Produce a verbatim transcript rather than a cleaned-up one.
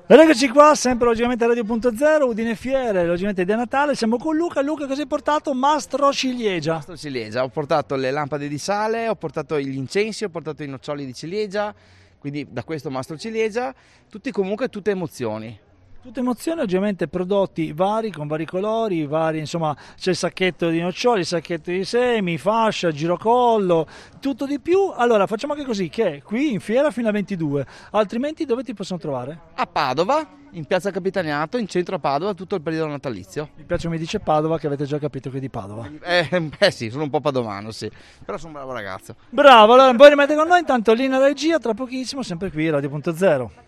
Ed eccoci qua, sempre logicamente Radio punto zero, Udine Fiere, logicamente di Natale, siamo con Luca. Luca, cosa hai portato? Mastro ciliegia. Mastro ciliegia, ho portato le lampade di sale, ho portato gli incensi, ho portato i noccioli di ciliegia, quindi da questo mastro ciliegia, tutti comunque tutte emozioni. Tutte emozioni, ovviamente prodotti vari, con vari colori, vari, insomma c'è il sacchetto di noccioli, il sacchetto di semi, fascia, girocollo, tutto di più. Allora facciamo anche così, che qui in fiera fino al ventidue, altrimenti dove ti possono trovare? A Padova, in piazza Capitaniato, in centro a Padova, tutto il periodo natalizio. Mi piace, mi dice Padova, che avete già capito che è di Padova. Eh, eh sì, sono un po' padovano, sì, però sono un bravo ragazzo. Bravo, allora voi rimanete con noi, intanto linea regia, tra pochissimo, sempre qui Radio punto zero.